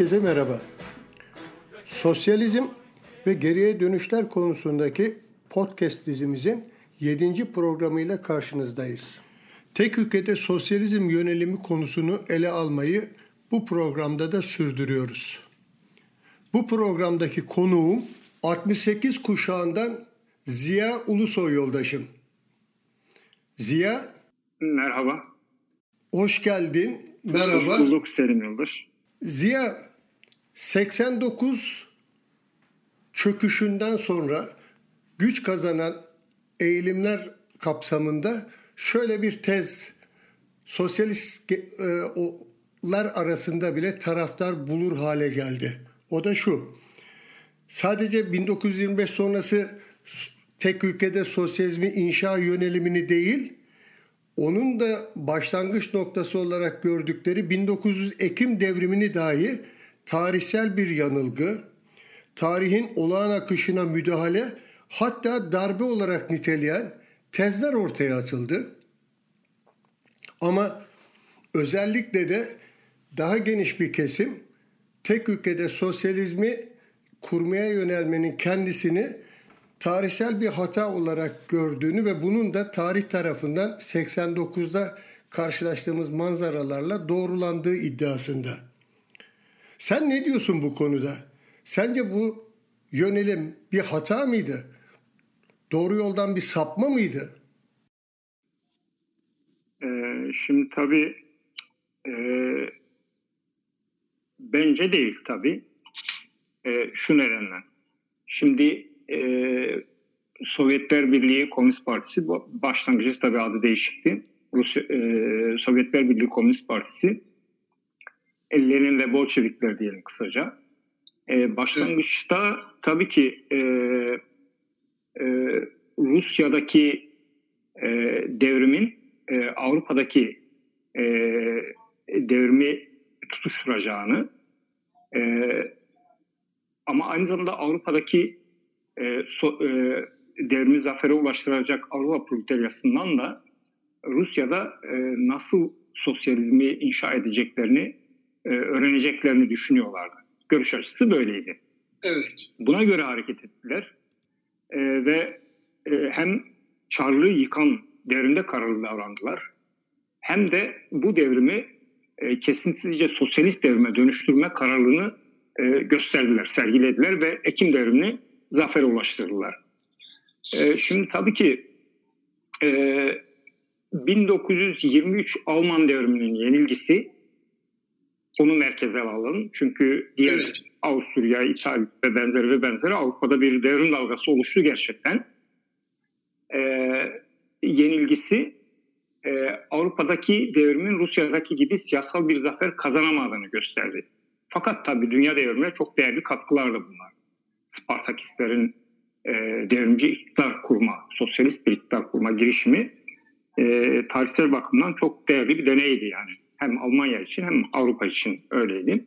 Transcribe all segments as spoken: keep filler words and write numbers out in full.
Herkese merhaba. Sosyalizm ve geriye dönüşler konusundaki podcast dizimizin yedinci programıyla karşınızdayız. Tek ülkede sosyalizm yönelimi konusunu ele almayı bu programda da sürdürüyoruz. Bu programdaki konuğum altmış sekiz kuşağından Ziya Ulusoy yoldaşım. Ziya. Merhaba. Hoş geldin. Merhaba. Hoş bulduk Selim Yıldır. Ziya, seksen dokuz çöküşünden sonra güç kazanan eğilimler kapsamında şöyle bir tez, sosyalistler arasında bile taraftar bulur hale geldi. O da şu: sadece bin dokuz yüz yirmi beş sonrası tek ülkede sosyalizmi inşa yönelimini değil, onun da başlangıç noktası olarak gördükleri bin dokuz yüz Ekim devrimini dahi tarihsel bir yanılgı, tarihin olağan akışına müdahale, hatta darbe olarak niteleyen tezler ortaya atıldı. Ama özellikle de daha geniş bir kesim tek ülkede sosyalizmi kurmaya yönelmenin kendisini tarihsel bir hata olarak gördüğünü ve bunun da tarih tarafından seksen dokuzda karşılaştığımız manzaralarla doğrulandığı iddiasında. Sen ne diyorsun bu konuda? Sence bu yönelim bir hata mıydı? Doğru yoldan bir sapma mıydı? Ee, şimdi tabii e, bence değil tabii. E, şu nedenle. Şimdi e, Sovyetler Birliği Komünist Partisi, başlangıçta tabii adı değişikti. Rusya, e, Sovyetler Birliği Komünist Partisi, Lenin ve Bolşevikler diyelim kısaca. E, başlangıçta tabii ki e, e, Rusya'daki e, devrimin e, Avrupa'daki e, devrimi tutuşturacağını, e, ama aynı zamanda Avrupa'daki e, so, e, devrimi zafere ulaştıracak Avrupa proletaryasından da Rusya'da e, nasıl sosyalizmi inşa edeceklerini e, öğreneceklerini düşünüyorlardı. Görüş açısı böyleydi. Evet. Buna göre hareket ettiler e, ve e, hem Çarlığı yıkan devrimde kararlı davrandılar, hem de bu devrimi e, kesintisizce sosyalist devrime dönüştürme kararlılığını e, gösterdiler, sergilediler ve Ekim devrimini zafere ulaştırdılar. E, şimdi tabii ki e, bin dokuz yüz yirmi üç Alman devriminin yenilgisi, onu merkeze alalım. Çünkü diğer evet. Avusturya, İtalya ve benzeri ve benzeri Avrupa'da bir devrim dalgası oluştu gerçekten. E, yenilgisi e, Avrupa'daki devrimin Rusya'daki gibi siyasal bir zafer kazanamadığını gösterdi. Fakat tabii dünya devrimine çok değerli katkılardı bunlar. Spartakistlerin e, devrimci iktidar kurma, sosyalist bir iktidar kurma girişimi e, tarihsel bakımdan çok değerli bir deneydi yani. Hem Almanya için hem Avrupa için öyleydi.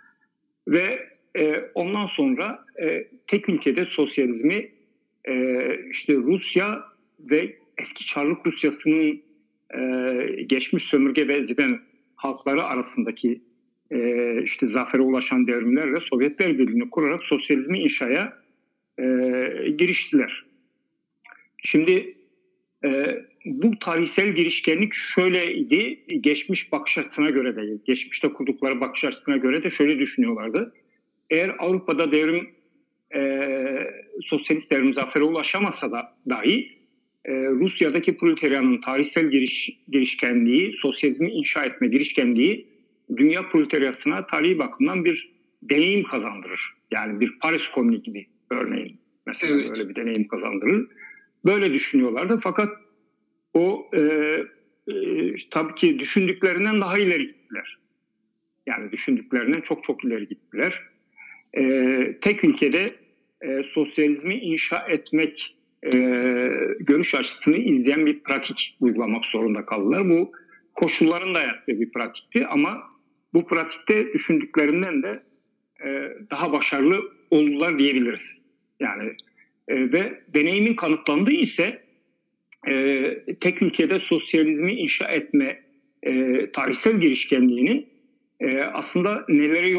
Ve e, ondan sonra e, tek ülkede sosyalizmi e, işte Rusya ve eski Çarlık Rusyası'nın e, geçmiş sömürge ve ziden halkları arasındaki e, işte zafere ulaşan devrimlerle Sovyetler Birliği'ni kurarak sosyalizmi inşaya e, giriştiler. Şimdi e, bu tarihsel girişkenlik şöyleydi, geçmiş bakış açısına göre de, geçmişte kurdukları bakış açısına göre de şöyle düşünüyorlardı. Eğer Avrupa'da devrim, e, sosyalist devrim zafere ulaşamasa da dahi e, Rusya'daki proletaryanın tarihsel giriş, girişkenliği, sosyalizmi inşa etme girişkenliği dünya proletaryasına tarihi bakımdan bir deneyim kazandırır. Yani bir Paris Komünü gibi örneğin mesela evet. Öyle bir deneyim kazandırır. Böyle düşünüyorlardı fakat o e, e, tabii ki düşündüklerinden daha ileri gittiler. Yani düşündüklerinden çok çok ileri gittiler. E, tek ülkede e, sosyalizmi inşa etmek e, görüş açısını izleyen bir pratik uygulamak zorunda kaldılar. Bu koşulların dayattığı bir pratikti ama bu pratikte düşündüklerinden de e, daha başarılı oldular diyebiliriz. Yani e, ve deneyimin kanıtlandığı ise e, tek ülkede sosyalizmi inşa etme e, tarihsel girişkenliğinin e, aslında nelere yol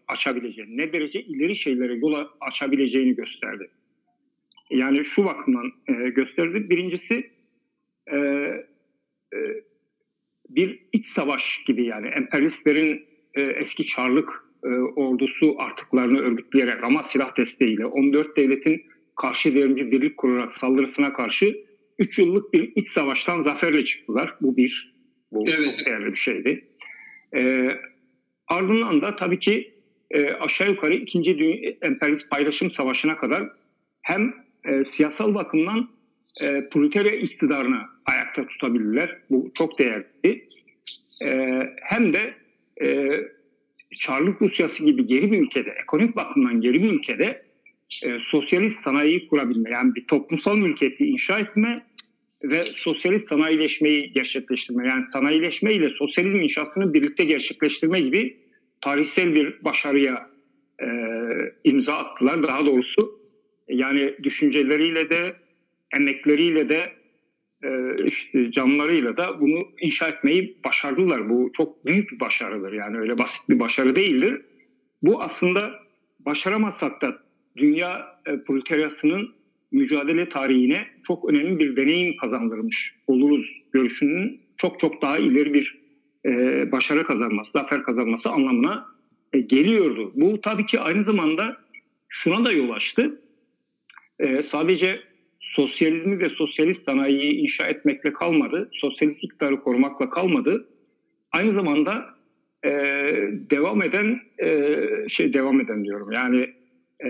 açabileceğini, ne derece ileri şeylere yol açabileceğini gösterdi. Yani şu bakımdan e, gösterdi. Birincisi e, e, bir iç savaş gibi, yani emperyalistlerin e, eski Çarlık e, ordusu artıklarını örgütleyerek ama silah desteğiyle on dört devletin karşı devrimci birlik kurarak saldırısına karşı üç yıllık bir iç savaştan zaferle çıktılar. Bu bir. Bu evet. Çok değerli bir şeydi. E, ardından da tabii ki e, aşağı yukarı ikinci Dünya Emperyalist Paylaşım Savaşı'na kadar hem e, siyasal bakımdan e, proletarya iktidarını ayakta tutabildiler. Bu çok değerli. E, hem de e, Çarlık Rusyası gibi geri bir ülkede, ekonomik bakımdan geri bir ülkede e, sosyalist sanayiyi kurabilme, yani bir toplumsal mülkiyeti inşa etme ve sosyalist sanayileşmeyi gerçekleştirme, yani sanayileşme ile sosyalizm inşasını birlikte gerçekleştirme gibi tarihsel bir başarıya e, imza attılar. Daha doğrusu yani düşünceleriyle de, emekleriyle de, e, işte canlarıyla da bunu inşa etmeyi başardılar. Bu çok büyük bir başarıdır. Yani öyle basit bir başarı değildir. Bu aslında başaramazsak da dünya e, proletaryasının mücadele tarihine çok önemli bir deneyim kazandırmış oluruz görüşünün çok çok daha ileri bir e, başarı kazanması, zafer kazanması anlamına e, geliyordu. Bu tabii ki aynı zamanda şuna da yol açtı. E, sadece sosyalizmi ve sosyalist sanayiyi inşa etmekle kalmadı, sosyalist iktidarı korumakla kalmadı. Aynı zamanda e, devam eden e, şey devam eden diyorum yani e,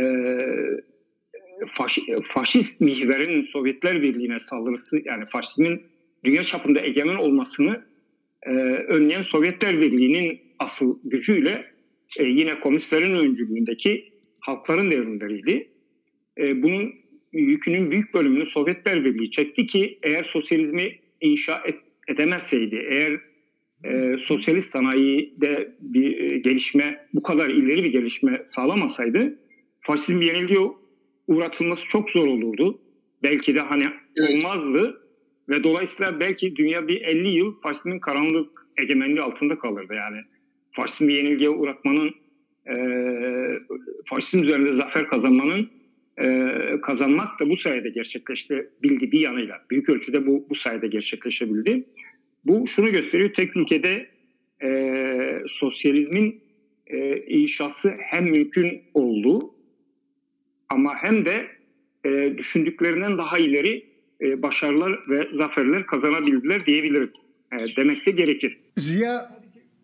faş, faşist mihverin Sovyetler Birliği'ne saldırısı, yani faşizmin dünya çapında egemen olmasını e, önleyen Sovyetler Birliği'nin asıl gücüyle e, yine komünistlerin öncülüğündeki halkların devrimleriydi. E, bunun yükünün büyük bölümünü Sovyetler Birliği çekti ki eğer sosyalizmi inşa et, edemezseydi, eğer e, sosyalist sanayide bir e, gelişme, bu kadar ileri bir gelişme sağlamasaydı faşizm yenilgiye uğratılması çok zor olurdu. Belki de hani olmazdı ve dolayısıyla belki dünya bir elli yıl faşizmin karanlık egemenliği altında kalırdı. Yani faşizmi yenilgiye uğratmanın, e, faşizm üzerinde zafer kazanmanın e, kazanmak da bu sayede gerçekleşebildi bir yanıyla. Büyük ölçüde bu, bu sayede gerçekleşebildi. Bu şunu gösteriyor, tek ülkede e, sosyalizmin e, inşası hem mümkün oldu ama hem de e, düşündüklerinden daha ileri e, başarılar ve zaferler kazanabildiler diyebiliriz. E, demek de gerekir. Ziya,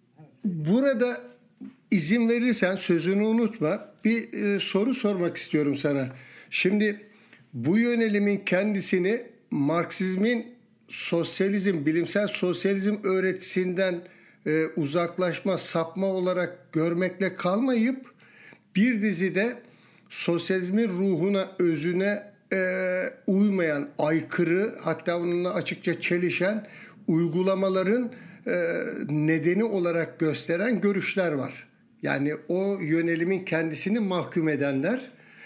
burada izin verirsen sözünü unutma. Bir e, soru sormak istiyorum sana. Şimdi bu yönelimin kendisini Marksizmin sosyalizm, bilimsel sosyalizm öğretisinden e, uzaklaşma, sapma olarak görmekle kalmayıp bir dizide sosyalizmin ruhuna, özüne e, uymayan, aykırı, hatta onunla açıkça çelişen uygulamaların e, nedeni olarak gösteren görüşler var. Yani o yönelimin kendisini mahkum edenler,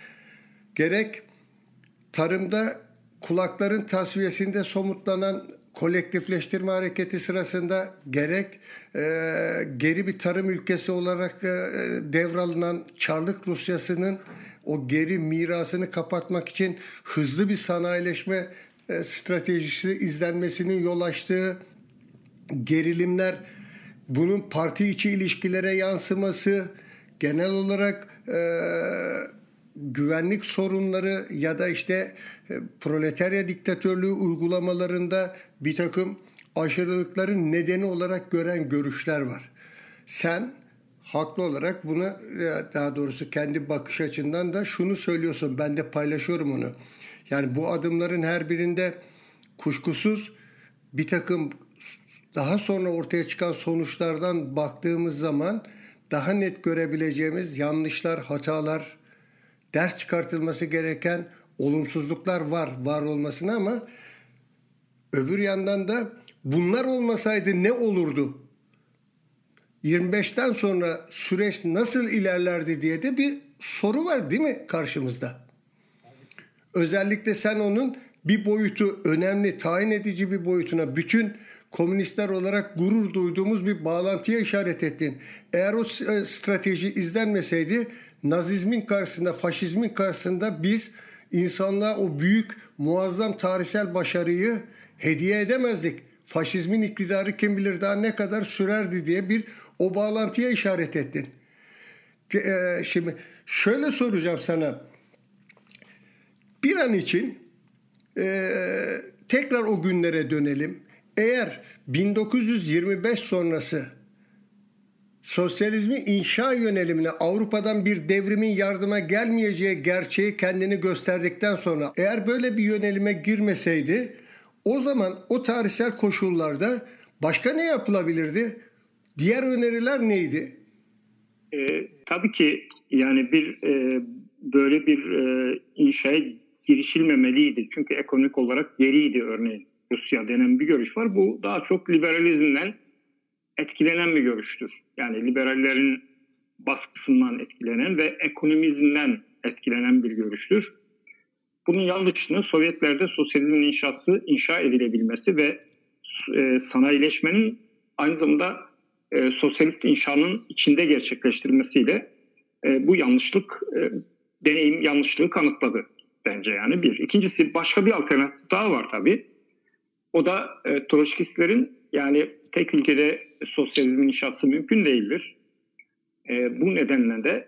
gerek tarımda kulakların tasfiyesinde somutlanan kolektifleştirme hareketi sırasında, gerek e, geri bir tarım ülkesi olarak e, devralınan Çarlık Rusyası'nın o geri mirasını kapatmak için hızlı bir sanayileşme e, stratejisi izlenmesinin yol açtığı gerilimler, bunun parti içi ilişkilere yansıması, genel olarak e, güvenlik sorunları ya da işte e, proletarya diktatörlüğü uygulamalarında bir takım aşırılıkların nedeni olarak gören görüşler var. Sen haklı olarak buna, daha doğrusu kendi bakış açından da şunu söylüyorsun, ben de paylaşıyorum onu. Yani bu adımların her birinde kuşkusuz bir takım daha sonra ortaya çıkan sonuçlardan baktığımız zaman daha net görebileceğimiz yanlışlar, hatalar, ders çıkartılması gereken olumsuzluklar var, var olmasına, ama öbür yandan da bunlar olmasaydı ne olurdu? yirmi beşten sonra süreç nasıl ilerlerdi diye de bir soru var değil mi karşımızda? Özellikle sen onun bir boyutu, önemli, tayin edici bir boyutuna, bütün komünistler olarak gurur duyduğumuz bir bağlantıya işaret ettin. Eğer o strateji izlenmeseydi Nazizmin karşısında, faşizmin karşısında biz insanlığa o büyük, muazzam tarihsel başarıyı hediye edemezdik. Faşizmin iktidarı kim bilir daha ne kadar sürerdi diye bir o bağlantıya işaret ettin. Ee, şimdi şöyle soracağım sana. Bir an için e, tekrar o günlere dönelim. Eğer bin dokuz yüz yirmi beş sonrası sosyalizmi inşa yönelimine Avrupa'dan bir devrimin yardıma gelmeyeceği gerçeği kendini gösterdikten sonra eğer böyle bir yönelime girmeseydi o zaman o tarihsel koşullarda başka ne yapılabilirdi? Diğer öneriler neydi? E, tabii ki yani bir e, böyle bir e, inşaya girişilmemeliydi. Çünkü ekonomik olarak geriydi örneğin. Rusya denen bir görüş var. Bu daha çok liberalizmden etkilenen bir görüştür. Yani liberallerin baskısından etkilenen ve ekonomizmden etkilenen bir görüştür. Bunun yanlışını Sovyetlerde sosyalizmin inşası, inşa edilebilmesi ve e, sanayileşmenin aynı zamanda e, sosyalist inşanın içinde gerçekleştirilmesiyle e, bu yanlışlık, e, deneyim yanlışlığı kanıtladı bence yani bir. İkincisi başka bir alternatif daha var tabii. O da e, Troçkistlerin yani tek ülkede sosyalizmin inşası mümkün değildir. E, bu nedenle de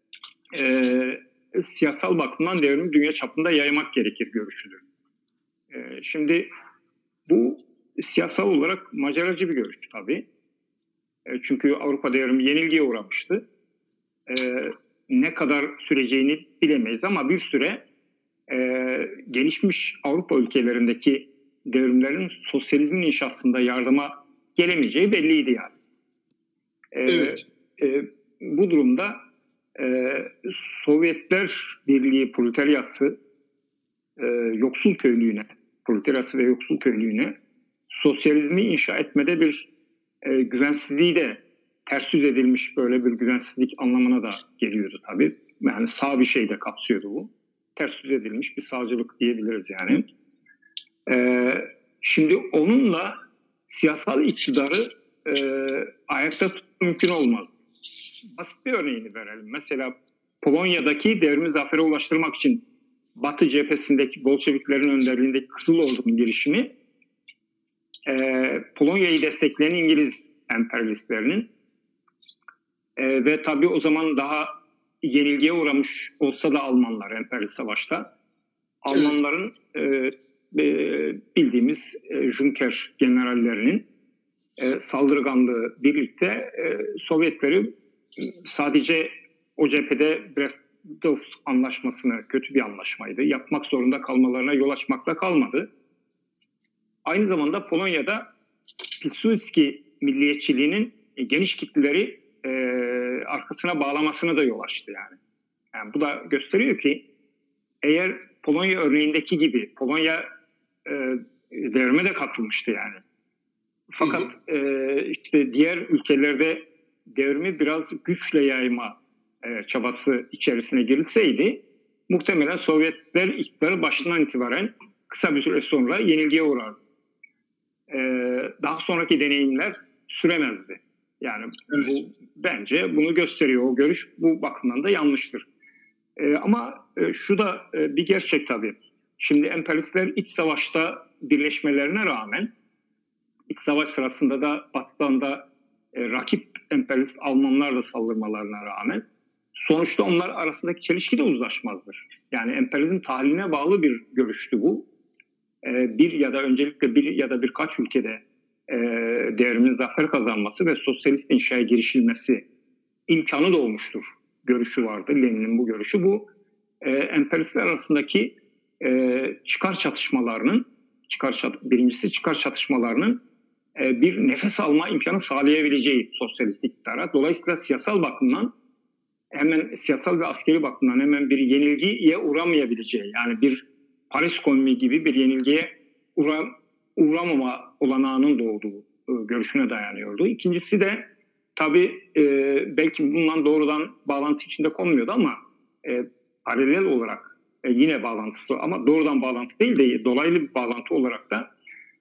e, siyasal bakımdan devrimi dünya çapında yaymak gerekir görüşüdür. E, şimdi bu siyasal olarak maceracı bir görüş tabii. E, çünkü Avrupa devrimi yenilgiye uğramıştı. E, ne kadar süreceğini bilemeyiz ama bir süre e, gelişmiş Avrupa ülkelerindeki devrimlerin sosyalizmin inşasında yardıma gelemeyeceği belliydi yani. E, evet. e, bu durumda e, Sovyetler Birliği proletaryası e, yoksul köylüğüne, proletaryası ve yoksul köylüğüne sosyalizmi inşa etmede bir e, güvensizliği de ters yüz edilmiş böyle bir güvensizlik anlamına da geliyordu tabii. Yani sağ bir şey de kapsıyordu bu. Ters yüz edilmiş bir sağcılık diyebiliriz yani. Ee, şimdi onunla siyasal iktidarı e, ayakta tutmak mümkün olmaz. Basit bir örneğini verelim. Mesela Polonya'daki devrimi zafere ulaştırmak için Batı cephesindeki Bolşeviklerin önderliğindeki Kızıl Ordu'nun girişimi e, Polonya'yı destekleyen İngiliz emperyalistlerinin e, ve tabii o zaman daha yenilgiye uğramış olsa da Almanlar emperyalist savaşta Almanların e, bildiğimiz e, Junker generallerinin e, saldırganlığı birlikte e, Sovyetleri sadece o cephede Brest-Litovsk anlaşmasını kötü bir anlaşmaydı. Yapmak zorunda kalmalarına yol açmakla kalmadı. Aynı zamanda Polonya'da Pilsudski milliyetçiliğinin e, geniş kitleleri e, arkasına bağlamasına da yol açtı yani. Yani bu da gösteriyor ki eğer Polonya örneğindeki gibi Polonya e, devrime de katılmıştı yani. Fakat e, işte diğer ülkelerde devrimi biraz güçle yayma e, çabası içerisine girilseydi muhtemelen Sovyetler iktidarı başından itibaren kısa bir süre sonra yenilgiye uğrardı. E, daha sonraki deneyimler süremezdi. Yani bu, bence bunu gösteriyor. O görüş bu bakımdan da yanlıştır. E, ama e, şu da e, bir gerçek tabii. Şimdi emperyalistler iç savaşta birleşmelerine rağmen iç savaş sırasında da Batı'dan da e, rakip emperyalist Almanlarla saldırmalarına rağmen sonuçta onlar arasındaki çelişki de uzlaşmazdır. Yani emperyalizm tahaline bağlı bir görüştü bu. E, bir ya da öncelikle bir ya da birkaç ülkede e, devrimin zafer kazanması ve sosyalist inşaya girişilmesi imkanı doğmuştur görüşü vardı. Lenin'in bu görüşü. Bu e, emperyalistler arasındaki e, çıkar çatışmalarının çıkar çat, birincisi çıkar çatışmalarının e, bir nefes alma imkanı sağlayabileceği sosyalist iktidara. Dolayısıyla siyasal bakımdan hemen siyasal ve askeri bakımdan hemen bir yenilgiye uğramayabileceği yani bir Paris Komünü gibi bir yenilgiye uğra, uğramama olanağının doğduğu e, görüşüne dayanıyordu. İkincisi de tabii e, belki bundan doğrudan bağlantı içinde konmuyordu ama e, paralel olarak e, yine bağlantısı ama doğrudan bağlantı değil de dolaylı bir bağlantı olarak da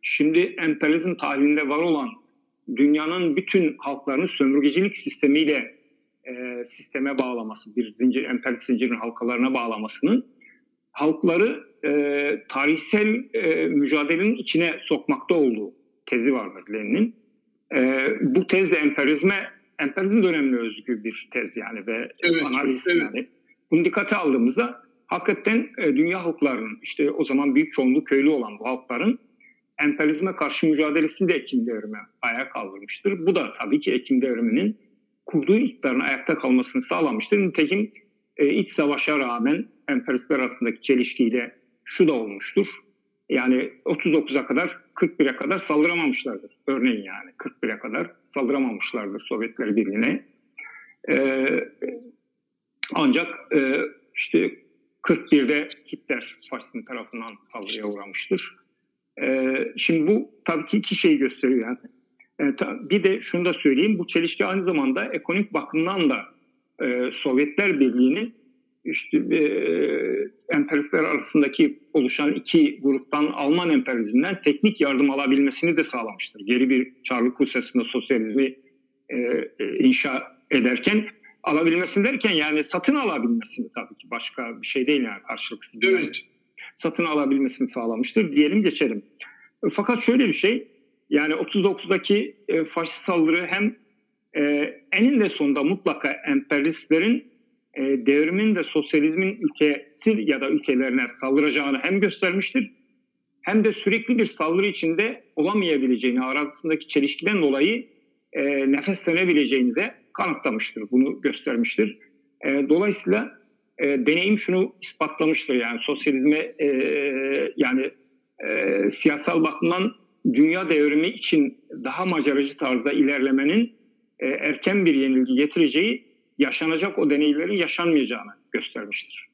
şimdi emperyalizm tarihinde var olan dünyanın bütün halklarını sömürgecilik sistemiyle e, sisteme bağlaması, bir zincir, emperyalist zincirin halkalarına bağlamasının halkları e, tarihsel e, mücadelenin içine sokmakta olduğu tezi vardır Lenin'in. E, bu tez de emperyalizme, emperyalizm dönemine özgü bir tez yani ve evet, analiz evet. yani. Bunu dikkate aldığımızda hakikaten e, dünya halklarının, işte o zaman büyük çoğunluğu köylü olan bu halkların emperyalizme karşı mücadelesini de Ekim devrimi ayağa kaldırmıştır. Bu da tabii ki Ekim devriminin kurduğu iktidarın ayakta kalmasını sağlamıştır. Nitekim e, iç savaşa rağmen emperyalistler arasındaki çelişkiyle şu da olmuştur. Yani otuz dokuza kadar, kırk bire kadar saldıramamışlardır. Örneğin yani kırk bire kadar saldıramamışlardır Sovyetler Birliği'ne. E, ancak e, işte kırk birde Hitler faşizm tarafından saldırıya uğramıştır. E, şimdi bu tabii ki iki şeyi gösteriyor yani. E, ta, bir de şunu da söyleyeyim, bu çelişki aynı zamanda ekonomik bakımdan da e, Sovyetler Birliği'nin işte e, emperyalistler arasındaki oluşan iki gruptan Alman emperyalizminden teknik yardım alabilmesini de sağlamıştır. Geri bir Çarlık Rusyası'nda sosyalizmi e, e, inşa ederken alabilmesini derken yani satın alabilmesini, tabii ki başka bir şey değil yani karşılıksız. Evet. Satın alabilmesini sağlamıştır diyelim, geçelim. Fakat şöyle bir şey, yani otuz dokuzdaki e, faşist saldırı hem e, eninde sonunda mutlaka emperyalistlerin e, devrimin ve sosyalizmin ülkesi ya da ülkelerine saldıracağını hem göstermiştir, hem de sürekli bir saldırı içinde olamayabileceğini, arasındaki çelişkiden dolayı e, nefeslenebileceğini de kanıtlamıştır, bunu göstermiştir. E, dolayısıyla e, deneyim şunu ispatlamıştır, yani sosyalizme e, yani e, siyasal bakımdan dünya devrimi için daha maceracı tarzda ilerlemenin e, erken bir yenilgi getireceği, yaşanacak o deneylerin yaşanmayacağını göstermiştir.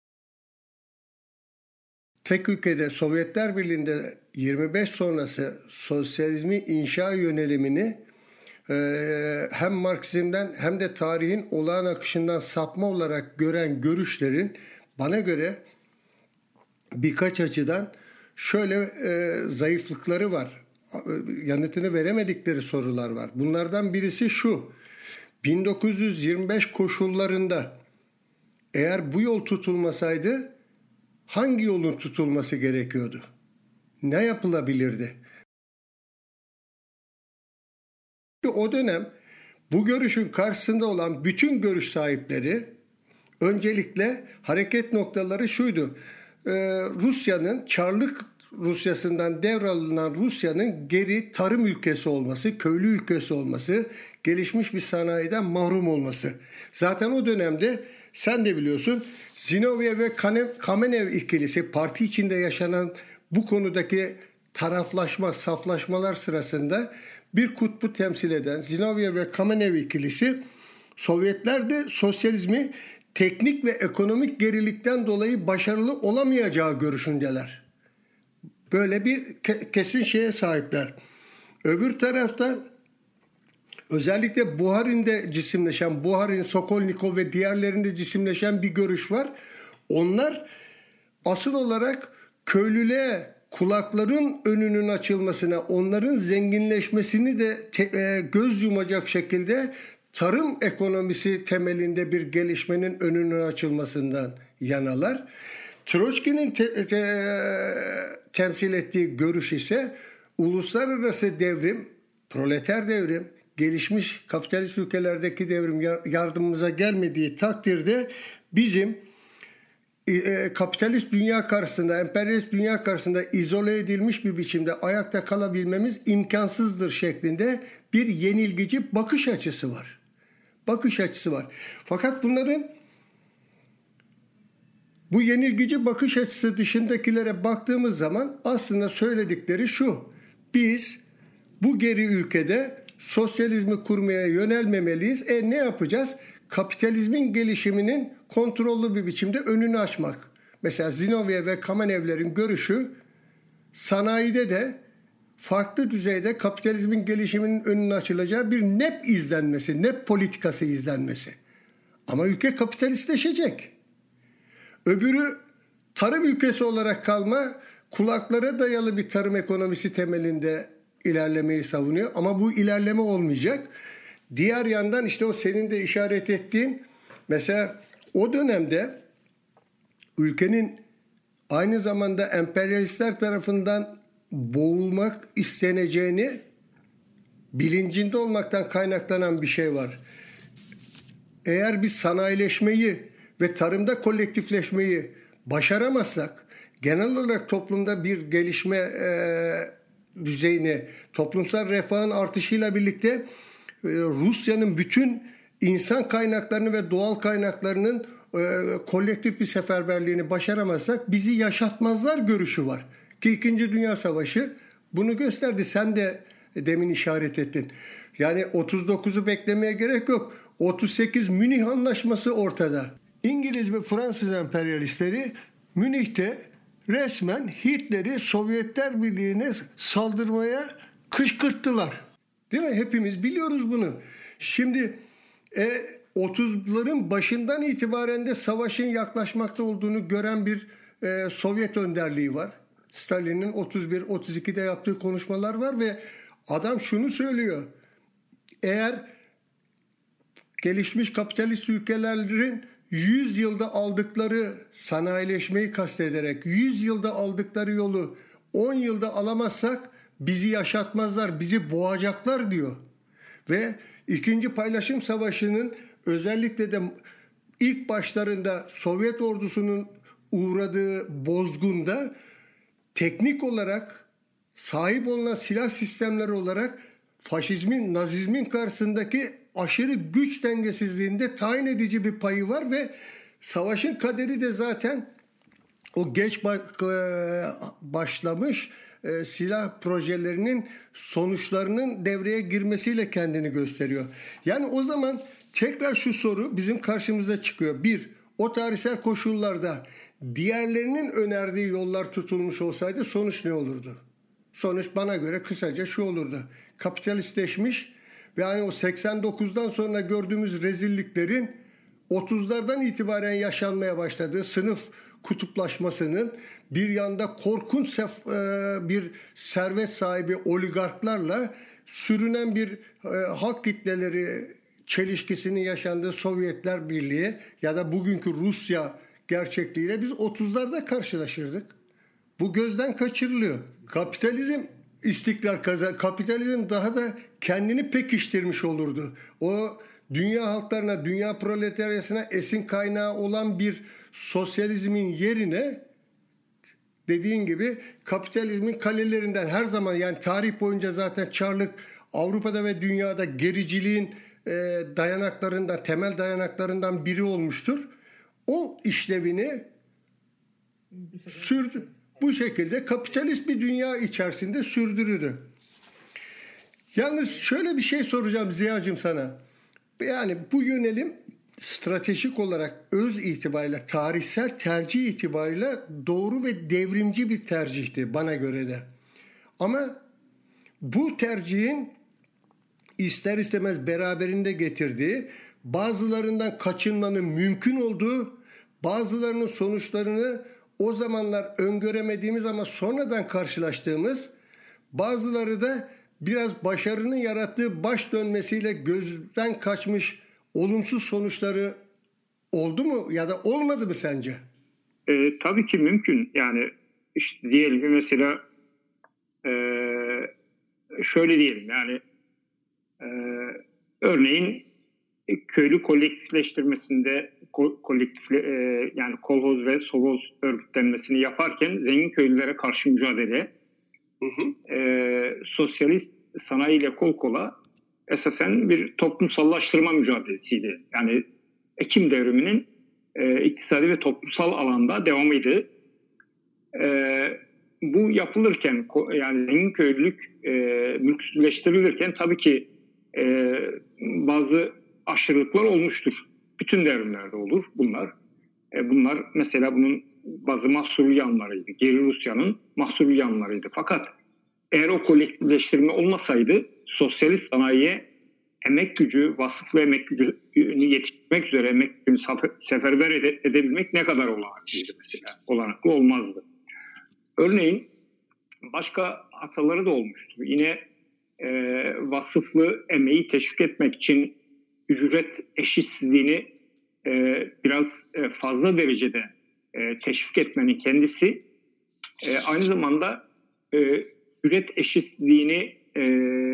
Tek ülkede Sovyetler Birliği'nde yirmi beş sonrası sosyalizmi inşa yönelimini e, hem Marksizm'den hem de tarihin olağan akışından sapma olarak gören görüşlerin bana göre birkaç açıdan şöyle e, zayıflıkları var. Yanıtını veremedikleri sorular var. Bunlardan birisi şu: bin dokuz yüz yirmi beş koşullarında eğer bu yol tutulmasaydı hangi yolun tutulması gerekiyordu? Ne yapılabilirdi? O dönem bu görüşün karşısında olan bütün görüş sahipleri öncelikle hareket noktaları şuydu: Ee, Rusya'nın, Çarlık Rusyası'ndan devralınan Rusya'nın geri tarım ülkesi olması, köylü ülkesi olması, gelişmiş bir sanayiden mahrum olması. Zaten o dönemde sen de biliyorsun, Zinoviev ve Kamenev ikilisi, parti içinde yaşanan bu konudaki taraflaşma, saflaşmalar sırasında bir kutbu temsil eden Zinoviev ve Kamenev ikilisi, Sovyetler de sosyalizmi teknik ve ekonomik gerilikten dolayı başarılı olamayacağı görüşündeler. Böyle bir kesin şeye sahipler. Öbür tarafta özellikle Buharin'de cisimleşen, Buharin, Sokolnikov ve diğerlerinde cisimleşen bir görüş var. Onlar asıl olarak köylülüğe, kulakların önünün açılmasına, onların zenginleşmesini de te, e, göz yumacak şekilde tarım ekonomisi temelinde bir gelişmenin önünün açılmasından yanalar. Troçki'nin te, te, temsil ettiği görüş ise uluslararası devrim, proleter devrim, gelişmiş kapitalist ülkelerdeki devrim yardımımıza gelmediği takdirde bizim e, kapitalist dünya karşısında, emperyalist dünya karşısında izole edilmiş bir biçimde ayakta kalabilmemiz imkansızdır şeklinde bir yenilgici bakış açısı var. Bakış açısı var. Fakat bunların, bu yenilgici bakış açısı dışındakilere baktığımız zaman aslında söyledikleri şu: biz bu geri ülkede sosyalizmi kurmaya yönelmemeliyiz. E ne yapacağız? Kapitalizmin gelişiminin kontrollü bir biçimde önünü açmak. Mesela Zinoviev ve Kamenevlerin görüşü, sanayide de farklı düzeyde kapitalizmin gelişiminin önünün açılacağı bir N E P izlenmesi, N E P politikası izlenmesi. Ama ülke kapitalistleşecek. Öbürü tarım ülkesi olarak kalma, kulaklara dayalı bir tarım ekonomisi temelinde ilerlemeyi savunuyor. Ama bu ilerleme olmayacak. Diğer yandan işte o senin de işaret ettiğin, mesela o dönemde ülkenin aynı zamanda emperyalistler tarafından boğulmak isteneceğini bilincinde olmaktan kaynaklanan bir şey var. Eğer biz sanayileşmeyi ve tarımda kolektifleşmeyi başaramazsak, genel olarak toplumda bir gelişme e, düzeyini, toplumsal refahın artışıyla birlikte e, Rusya'nın bütün insan kaynaklarını ve doğal kaynaklarının e, kolektif bir seferberliğini başaramazsak bizi yaşatmazlar görüşü var. Ki İkinci Dünya Savaşı bunu gösterdi. Sen de demin işaret ettin. Yani otuz dokuzu beklemeye gerek yok. otuz sekiz Münih Anlaşması ortada. İngiliz ve Fransız emperyalistleri Münih'te resmen Hitler'i Sovyetler Birliği'ne saldırmaya kışkırttılar. Değil mi? Hepimiz biliyoruz bunu. Şimdi e, otuzların başından itibaren de savaşın yaklaşmakta olduğunu gören bir e, Sovyet önderliği var. Stalin'in otuz bir otuz ikide yaptığı konuşmalar var ve adam şunu söylüyor. Eğer gelişmiş kapitalist ülkelerin yüz yılda aldıkları sanayileşmeyi kastederek yüz yılda aldıkları yolu on yılda alamazsak bizi yaşatmazlar, bizi boğacaklar diyor. Ve İkinci Paylaşım Savaşı'nın özellikle de ilk başlarında Sovyet ordusunun uğradığı bozgunda teknik olarak sahip olunan silah sistemleri olarak faşizmin, nazizmin karşısındaki aşırı güç dengesizliğinde tayin edici bir payı var ve savaşın kaderi de zaten o geç başlamış silah projelerinin sonuçlarının devreye girmesiyle kendini gösteriyor. Yani o zaman tekrar şu soru bizim karşımıza çıkıyor. Bir, o tarihsel koşullarda diğerlerinin önerdiği yollar tutulmuş olsaydı sonuç ne olurdu? Sonuç bana göre kısaca şu olurdu. Kapitalistleşmiş ve hani o seksen dokuzdan sonra gördüğümüz rezilliklerin otuzlardan itibaren yaşanmaya başladığı sınıf kutuplaşmasının bir yanda korkunç sef, bir servet sahibi oligarklarla sürünen bir halk kitleleri çelişkisinin yaşandığı Sovyetler Birliği ya da bugünkü Rusya gerçekliğiyle biz otuzlarda karşılaşırdık. Bu gözden kaçırılıyor. Kapitalizm istikrar kazan, kapitalizm daha da kendini pekiştirmiş olurdu. O dünya halklarına, dünya proletaryasına esin kaynağı olan bir sosyalizmin yerine dediğin gibi kapitalizmin kalelerinden her zaman, yani tarih boyunca zaten Çarlık Avrupa'da ve dünyada gericiliğin e, dayanaklarından, temel dayanaklarından biri olmuştur. O işlevini sürdü. Bu şekilde kapitalist bir dünya içerisinde sürdürürdü. Yalnız şöyle bir şey soracağım Ziya'cığım sana. Yani bu yönelim stratejik olarak öz itibariyle, tarihsel tercih itibariyle doğru ve devrimci bir tercihti bana göre de. Ama bu tercihin ister istemez beraberinde getirdiği, bazılarından kaçınmanın mümkün olduğu, bazılarının sonuçlarını o zamanlar öngöremediğimiz ama sonradan karşılaştığımız, bazıları da biraz başarının yarattığı baş dönmesiyle gözden kaçmış olumsuz sonuçları oldu mu ya da olmadı mı sence? E, tabii ki mümkün. Yani işte diyelim ki mesela e, şöyle diyelim yani e, örneğin köylü kolektifleştirmesinde ko, kolektifle, e, yani kolhoz ve sovhoz örgütlenmesini yaparken zengin köylülere karşı mücadele, hı hı. E, sosyalist sanayiyle kol kola esasen bir toplumsallaştırma mücadelesiydi. Yani Ekim devriminin e, iktisadi ve toplumsal alanda devamıydı. E, bu yapılırken, yani zengin köylülük e, mülksüzleştirilirken tabii ki e, bazı aşırılıklar olmuştur. Bütün devrimlerde olur bunlar. E, bunlar mesela bunun bazı mahsurlu yanlarıydı. Geri Rusya'nın mahsurlu yanlarıydı. Fakat eğer o kolektifleştirme olmasaydı sosyalist sanayiye emek gücü, vasıflı emek gücünü yetiştirmek üzere emek gücünü seferber ede, edebilmek ne kadar olanaklıydı mesela. Olanaklı olmazdı. Örneğin başka hataları da olmuştur. Yine e, vasıflı emeği teşvik etmek için ücret eşitsizliğini e, biraz e, fazla derecede e, teşvik etmenin kendisi e, aynı zamanda e, ücret eşitsizliğini e,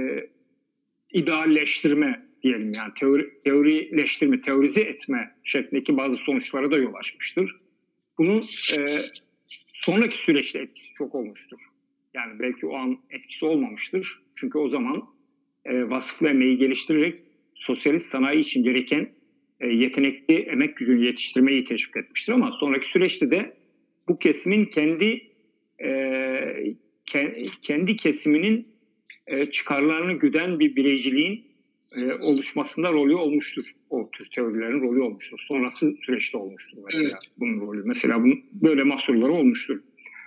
idealleştirme diyelim, yani teori, teorileştirme, teorize etme şeklindeki bazı sonuçlara da yol açmıştır. Bunun e, sonraki süreçte etkisi çok olmuştur. Yani belki o an etkisi olmamıştır. Çünkü o zaman e, vasıflı emeği geliştirerek sosyalist sanayi için gereken e, yetenekli emek gücünü yetiştirmeyi teşvik etmiştir. Ama sonraki süreçte de bu kesimin kendi e, ke, kendi kesiminin e, çıkarlarını güden bir bireyciliğin e, oluşmasında rolü olmuştur. O tür teorilerin rolü olmuştur. Sonrası süreçte olmuştur mesela, evet, bunun rolü. Mesela bunun böyle mahsurları olmuştur.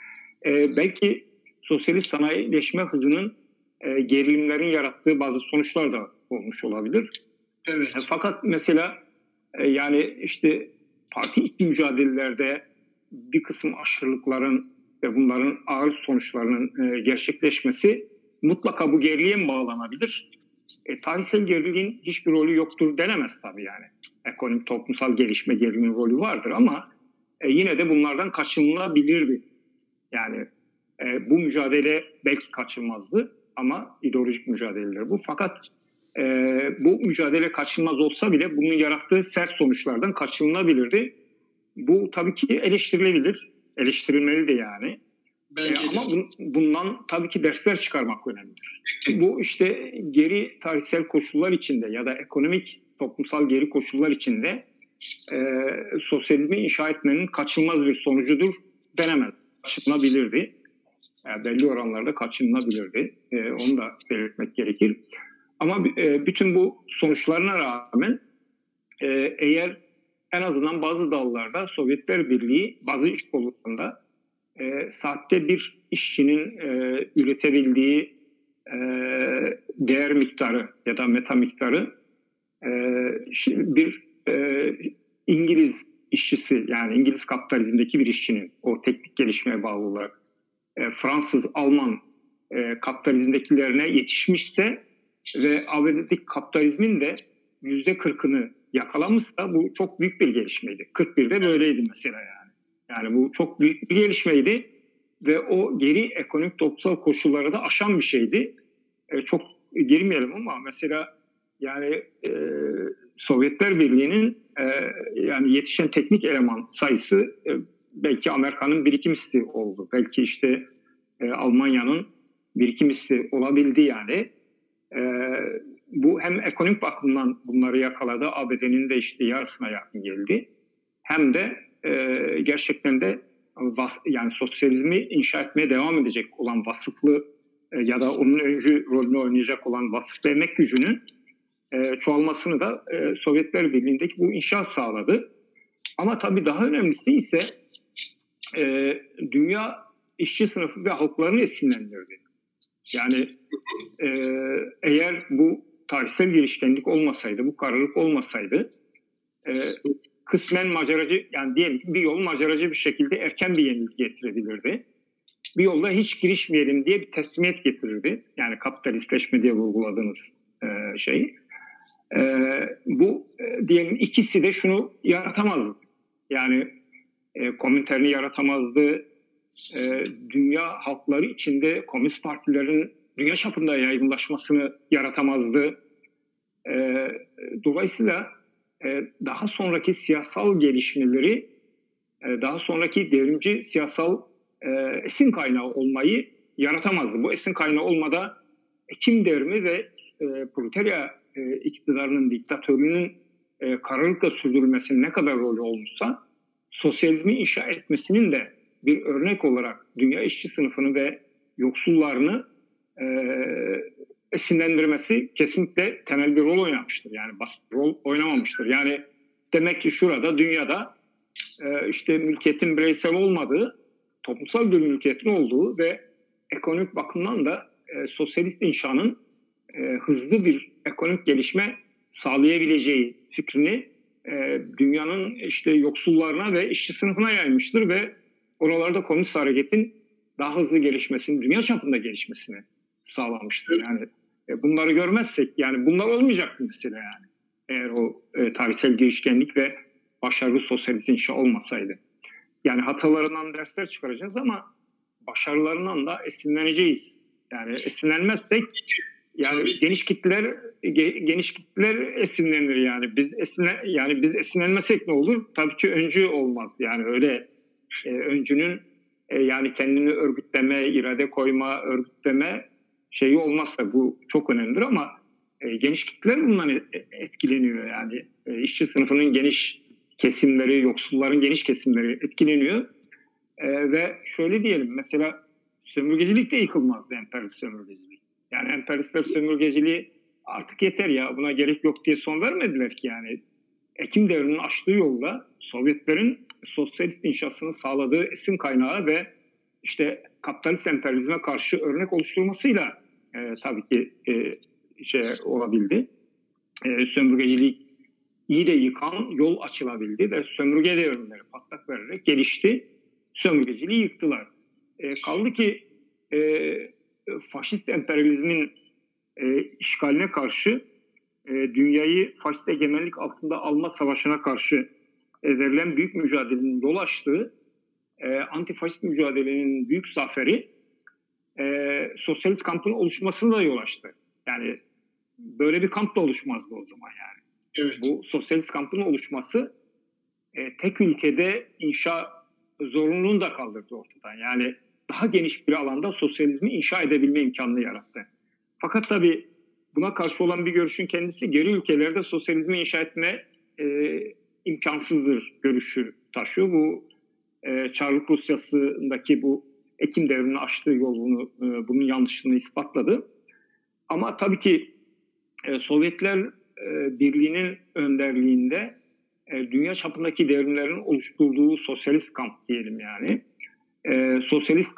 E, belki sosyalist sanayileşme hızının e, gerilimlerin yarattığı bazı sonuçlar da olmuş olabilir. Evet. E, fakat mesela e, yani işte parti içi mücadelelerde bir kısım aşırılıkların ve bunların ağır sonuçlarının e, gerçekleşmesi mutlaka bu geriliğe mi bağlanabilir? E, tarihsel geriliğin hiçbir rolü yoktur denemez tabii yani. Ekonomik, toplumsal gelişme gerilinin rolü vardır ama e, yine de bunlardan kaçınılabilirdi. Yani e, bu mücadele belki kaçınmazdı ama ideolojik mücadeleler bu. Fakat e, bu mücadele kaçınılmaz olsa bile bunun yarattığı sert sonuçlardan kaçınılabilirdi. Bu tabii ki eleştirilebilir, eleştirilmeli de yani. E, ama bun, bundan tabii ki dersler çıkarmak önemlidir. Bu işte geri tarihsel koşullar içinde ya da ekonomik, toplumsal geri koşullar içinde e, sosyalizmi inşa etmenin kaçınılmaz bir sonucudur denemez. Kaçınılabilirdi. Yani belli oranlarda kaçınılabilirdi. E, onu da belirtmek gerekir. Ama e, bütün bu sonuçlarına rağmen e, eğer en azından bazı dallarda Sovyetler Birliği bazı iş kollarında e, saatte bir işçinin e, üretebildiği e, değer miktarı ya da meta miktarı e, bir e, İngiliz işçisi, yani İngiliz kapitalizmdeki bir işçinin o teknik gelişmeye bağlı olarak e, Fransız, Alman e, kapitalizmdekilerine yetişmişse ve A B D'deki kapitalizmin de yüzde kırkını yakalamışsa bu çok büyük bir gelişmeydi. kırk birde böyleydi mesela yani. Yani bu çok büyük bir gelişmeydi ve o geri ekonomik toplumsal koşulları da aşan bir şeydi. E, çok girmeyelim ama mesela yani e, Sovyetler Birliği'nin e, yani yetişen teknik eleman sayısı e, belki Amerika'nın bir iki misli oldu. Belki işte e, Almanya'nın bir iki misli olabildi yani. E, bu hem ekonomik bakımdan bunları yakaladı. A B D'nin de işte yarısına yakın geldi. Hem de e, gerçekten de vas, yani sosyalizmi inşa etmeye devam edecek olan vasıflı e, ya da onun öncü rolünü oynayacak olan vasıflı emek gücünün e, çoğalmasını da e, Sovyetler Birliği'ndeki bu inşaat sağladı. Ama tabii daha önemlisi ise e, dünya işçi sınıfı ve halklarını esinlendirdi. Yani e, eğer bu tarihsel girişkenlik olmasaydı, bu kararlılık olmasaydı e, kısmen maceracı, yani diyelim ki bir yol maceracı bir şekilde erken bir yenilik getirebilirdi. Bir yolda hiç girişmeyelim diye bir teslimiyet getirirdi. Yani kapitalistleşme diye vurguladığınız e, şey. E, bu e, diyelim ikisi de şunu yaratamazdı. Yani e, Komintern'i yaratamazdı. E, dünya halkları içinde komünist partilerin dünya çapında yaygınlaşmasını yaratamazdı. E, dolayısıyla e, daha sonraki siyasal gelişmeleri, e, daha sonraki devrimci siyasal e, esin kaynağı olmayı yaratamazdı. Bu esin kaynağı olmada Ekim devrimi ve e, proletarya e, iktidarının, diktatörlüğünün e, kararlılıkla sürdürülmesinin ne kadar rolü olmuşsa, sosyalizmi inşa etmesinin de bir örnek olarak dünya işçi sınıfını ve yoksullarını e, esinlendirmesi kesinlikle temel bir rol oynamıştır. Yani basit bir rol oynamamıştır. Yani demek ki şurada dünyada e, işte mülkiyetin bireysel olmadığı, toplumsal bir mülkiyetin olduğu ve ekonomik bakımdan da e, sosyalist inşanın e, hızlı bir ekonomik gelişme sağlayabileceği fikrini e, dünyanın işte yoksullarına ve işçi sınıfına yaymıştır ve oralarda komünist hareketin daha hızlı gelişmesini, dünya çapında gelişmesini sağlamıştır. Yani e, bunları görmezsek, yani bunlar olmayacaktı mesela yani. Eğer o e, tarihsel girişkenlik ve başarılı sosyalist inşa olmasaydı. Yani hatalarından dersler çıkaracağız ama başarılarından da esinleneceğiz. Yani esinlenmezsek yani geniş kitleler geniş kitleler esinlenir yani. Biz esinlen yani biz esinlenmesek ne olur? Tabii ki öncü olmaz. Yani öyle e, öncünün e, yani kendini örgütleme, irade koyma, örgütleme şeyi olmazsa bu çok önemlidir ama e, geniş kitleler bundan etkileniyor yani. E, işçi sınıfının geniş kesimleri, yoksulların geniş kesimleri etkileniyor. E, ve şöyle diyelim mesela sömürgecilik de yıkılmazdı, emperyalist sömürgecilik. Yani emperyalistler sömürgeciliği artık yeter ya buna gerek yok diye son vermediler ki yani. Ekim devriminin açtığı yolla Sovyetlerin sosyalist inşasını sağladığı esin kaynağı ve işte kapitalist emperyalizme karşı örnek oluşturmasıyla e, tabii ki e, şey olabildi. E, sömürgecilik iyi de yıkan yol açılabildi ve sömürge devrimleri patlak vererek gelişti. Sömürgeciliği yıktılar. E, kaldı ki e, faşist emperyalizmin e, işgaline karşı e, dünyayı faşist egemenlik altında alma savaşına karşı e, verilen büyük mücadelenin yol açtığı e, antifaşist mücadelenin büyük zaferi e, sosyalist kampın oluşmasına da yol açtı. Yani böyle bir kamp da oluşmazdı o zaman yani. Evet. Bu sosyalist kampın oluşması e, tek ülkede inşa zorunluluğunu da kaldırdı ortadan. Yani daha geniş bir alanda sosyalizmi inşa edebilme imkanını yarattı. Fakat tabii buna karşı olan bir görüşün kendisi geri ülkelerde sosyalizmi inşa etme e, imkansızdır görüşü taşıyor. Bu e, Çarlık Rusyası'ndaki bu Ekim devriminin açtığı yol bunu, e, bunun yanlışlığını ispatladı. Ama tabii ki e, Sovyetler e, Birliği'nin önderliğinde e, dünya çapındaki devrimlerin oluşturduğu sosyalist kamp diyelim yani. E, sosyalist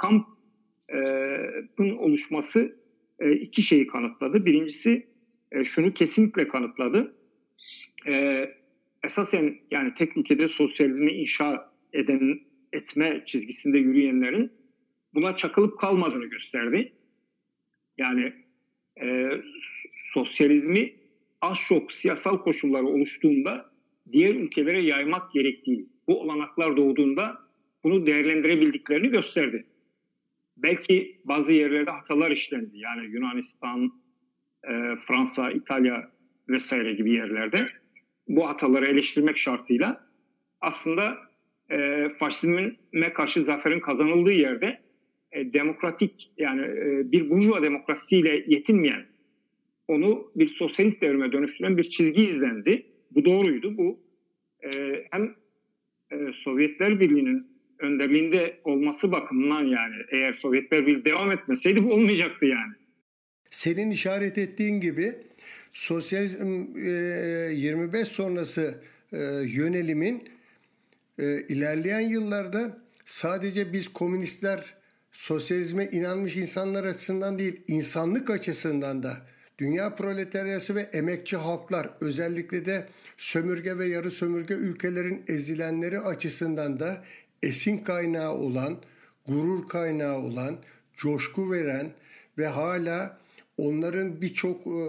kampın oluşması e, iki şeyi kanıtladı. Birincisi e, şunu kesinlikle kanıtladı. E, esasen yani tek ülkede sosyalizmi inşa eden etme çizgisinde yürüyenlerin buna çakılıp kalmadığını gösterdi. Yani e, sosyalizmi az çok siyasal koşulları oluştuğunda diğer ülkelere yaymak gerektiği, bu olanaklar doğduğunda bunu değerlendirebildiklerini gösterdi. Belki bazı yerlerde hatalar işlendi. Yani Yunanistan, e, Fransa, İtalya vesaire gibi yerlerde bu hataları eleştirmek şartıyla aslında e, faşizme karşı zaferin kazanıldığı yerde e, demokratik yani e, bir burjuva demokrasiyle yetinmeyen, onu bir sosyalist devrime dönüştüren bir çizgi izlendi. Bu doğruydu. Bu e, hem e, Sovyetler Birliği'nin önderliğinde olması bakımından yani eğer Sovyetler Birliği devam etmeseydi bu olmayacaktı yani. Senin işaret ettiğin gibi sosyalizm e, yirmi beş sonrası e, yönelimin e, ilerleyen yıllarda sadece biz komünistler sosyalizme inanmış insanlar açısından değil, insanlık açısından da dünya proletaryası ve emekçi halklar, özellikle de sömürge ve yarı sömürge ülkelerin ezilenleri açısından da esin kaynağı olan, gurur kaynağı olan, coşku veren ve hala onların birçok e,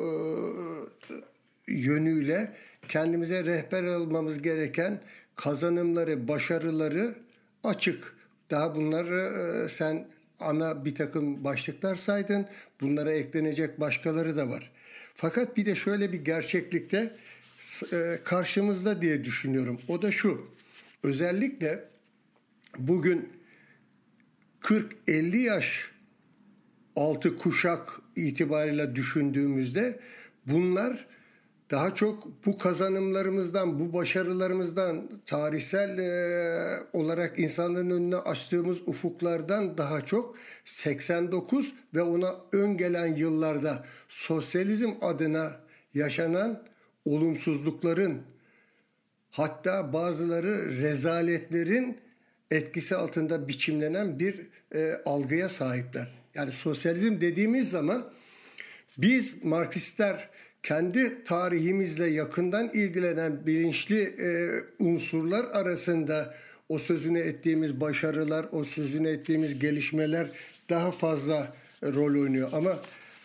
yönüyle kendimize rehber almamız gereken kazanımları, başarıları açık. Daha bunları e, sen ana bir takım başlıklar saydın. Bunlara eklenecek başkaları da var. Fakat bir de şöyle bir gerçeklikte e, karşımızda diye düşünüyorum. O da şu. Özellikle bugün kırk elli yaş altı kuşak itibariyle düşündüğümüzde bunlar daha çok bu kazanımlarımızdan, bu başarılarımızdan, tarihsel e, olarak insanların önüne açtığımız ufuklardan daha çok seksen dokuz ve ona ön gelen yıllarda sosyalizm adına yaşanan olumsuzlukların, hatta bazıları rezaletlerin etkisi altında biçimlenen bir e, algıya sahipler. Yani sosyalizm dediğimiz zaman biz Marksistler kendi tarihimizle yakından ilgilenen bilinçli e, unsurlar arasında o sözünü ettiğimiz başarılar, o sözünü ettiğimiz gelişmeler daha fazla rol oynuyor. Ama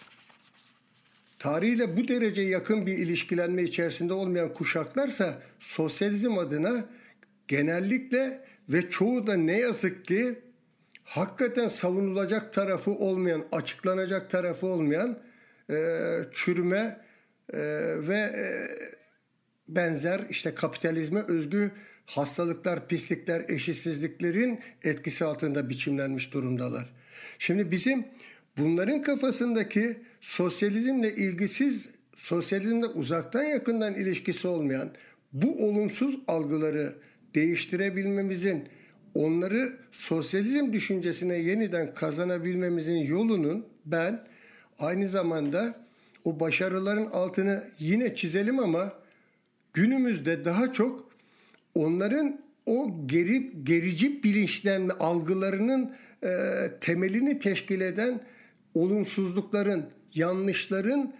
tarihiyle bu derece yakın bir ilişkilenme içerisinde olmayan kuşaklarsa sosyalizm adına genellikle ve çoğu da ne yazık ki hakikaten savunulacak tarafı olmayan, açıklanacak tarafı olmayan e, çürüme e, ve e, benzer işte kapitalizme özgü hastalıklar, pislikler, eşitsizliklerin etkisi altında biçimlenmiş durumdalar. Şimdi bizim bunların kafasındaki sosyalizmle ilgisiz, sosyalizmle uzaktan yakından ilişkisi olmayan bu olumsuz algıları değiştirebilmemizin, onları sosyalizm düşüncesine yeniden kazanabilmemizin yolunun ben aynı zamanda o başarıların altını yine çizelim ama günümüzde daha çok onların o geri, gerici bilinçlenme algılarının e, temelini teşkil eden olumsuzlukların, yanlışların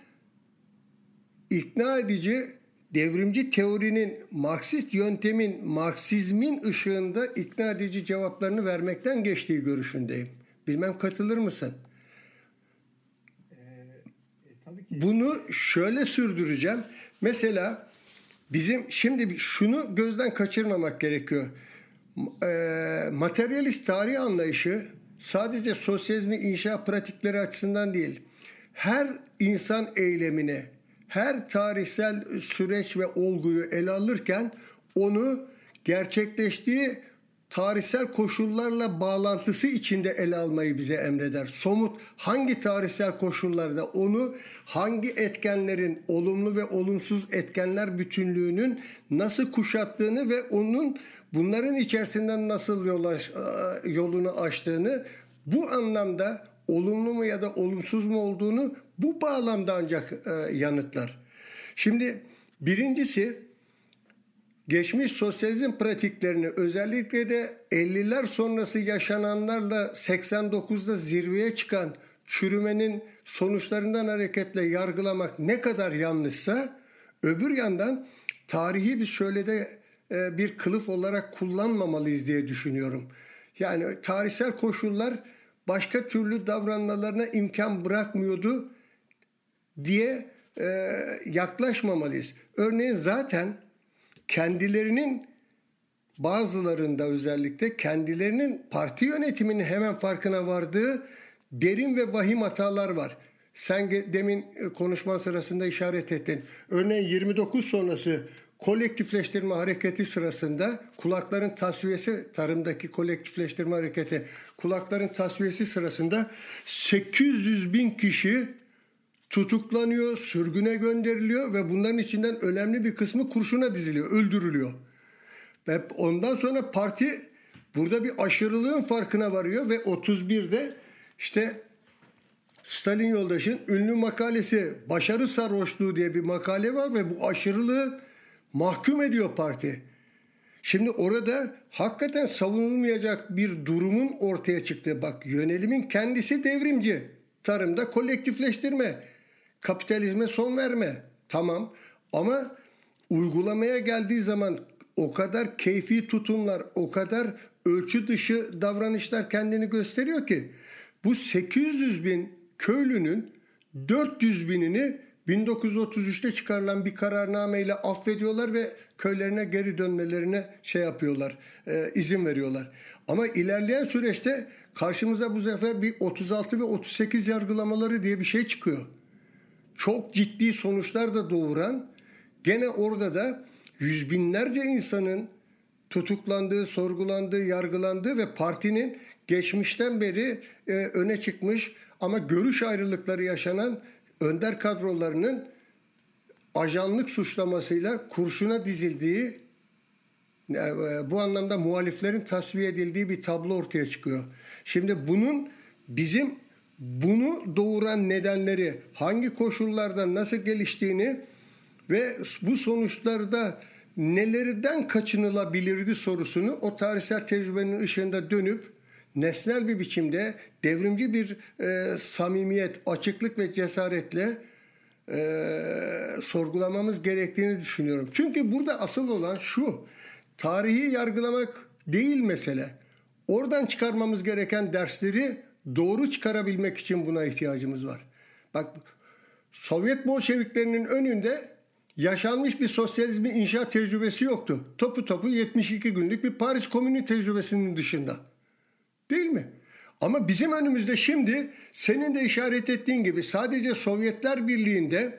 ikna edici, devrimci teorinin, Marksist yöntemin, Marksizmin ışığında ikna edici cevaplarını vermekten geçtiği görüşündeyim. Bilmem katılır mısın? Ee, e, tabii ki. Bunu şöyle sürdüreceğim. Mesela bizim şimdi şunu gözden kaçırmamak gerekiyor. E, materyalist tarih anlayışı sadece sosyalizmi inşa pratikleri açısından değil, her insan eylemine, her tarihsel süreç ve olguyu ele alırken onu gerçekleştiği tarihsel koşullarla bağlantısı içinde ele almayı bize emreder. Somut hangi tarihsel koşullarda onu hangi etkenlerin olumlu ve olumsuz etkenler bütünlüğünün nasıl kuşattığını ve onun bunların içerisinden nasıl yola, yolunu açtığını, bu anlamda olumlu mu ya da olumsuz mu olduğunu bu bağlamda ancak e, yanıtlar. Şimdi birincisi geçmiş sosyalizm pratiklerini özellikle de elliler sonrası yaşananlarla seksen dokuzda zirveye çıkan çürümenin sonuçlarından hareketle yargılamak ne kadar yanlışsa öbür yandan tarihi biz şöyle de e, bir kılıf olarak kullanmamalıyız diye düşünüyorum. Yani tarihsel koşullar başka türlü davranmalarına imkan bırakmıyordu diye e, yaklaşmamalıyız. Örneğin zaten kendilerinin bazılarında özellikle kendilerinin parti yönetiminin hemen farkına vardığı derin ve vahim hatalar var. Sen demin konuşma sırasında işaret ettin. Örneğin yirmi dokuz sonrası kolektifleştirme hareketi sırasında kulakların tasfiyesi, tarımdaki kolektifleştirme hareketi, kulakların tasfiyesi sırasında sekiz yüz bin kişi tutuklanıyor, sürgüne gönderiliyor ve bunların içinden önemli bir kısmı kurşuna diziliyor, öldürülüyor. Ve ondan sonra parti burada bir aşırılığın farkına varıyor ve otuz birde işte Stalin yoldaşın ünlü makalesi Başarı Sarhoşluğu diye bir makale var ve bu aşırılığı mahkum ediyor parti. Şimdi orada hakikaten savunulmayacak bir durumun ortaya çıktığı, bak yönelimin kendisi devrimci. Tarımda kolektifleştirme, kapitalizme son verme. Tamam ama uygulamaya geldiği zaman o kadar keyfi tutumlar, o kadar ölçü dışı davranışlar kendini gösteriyor ki bu sekiz yüz bin köylünün dört yüz binini bin dokuz yüz otuz üçte çıkarılan bir kararnameyle affediyorlar ve köylerine geri dönmelerine şey yapıyorlar, e, izin veriyorlar. Ama ilerleyen süreçte karşımıza bu sefer bir otuz altı ve otuz sekiz yargılamaları diye bir şey çıkıyor. Çok ciddi sonuçlar da doğuran, gene orada da yüz binlerce insanın tutuklandığı, sorgulandığı, yargılandığı ve partinin geçmişten beri e, öne çıkmış ama görüş ayrılıkları yaşanan önder kadrolarının ajanlık suçlamasıyla kurşuna dizildiği, bu anlamda muhaliflerin tasfiye edildiği bir tablo ortaya çıkıyor. Şimdi bunun bizim bunu doğuran nedenleri, hangi koşullarda nasıl geliştiğini ve bu sonuçlarda nelerden kaçınılabilirdi sorusunu o tarihsel tecrübenin ışığında dönüp nesnel bir biçimde devrimci bir e, samimiyet, açıklık ve cesaretle e, sorgulamamız gerektiğini düşünüyorum. Çünkü burada asıl olan şu: tarihi yargılamak değil mesele. Oradan çıkarmamız gereken dersleri doğru çıkarabilmek için buna ihtiyacımız var. Bak, Sovyet Bolşeviklerinin önünde yaşanmış bir sosyalizmi inşa tecrübesi yoktu. Topu topu yetmiş iki günlük bir Paris Komünü tecrübesinin dışında. Değil mi? Ama bizim önümüzde şimdi senin de işaret ettiğin gibi sadece Sovyetler Birliği'nde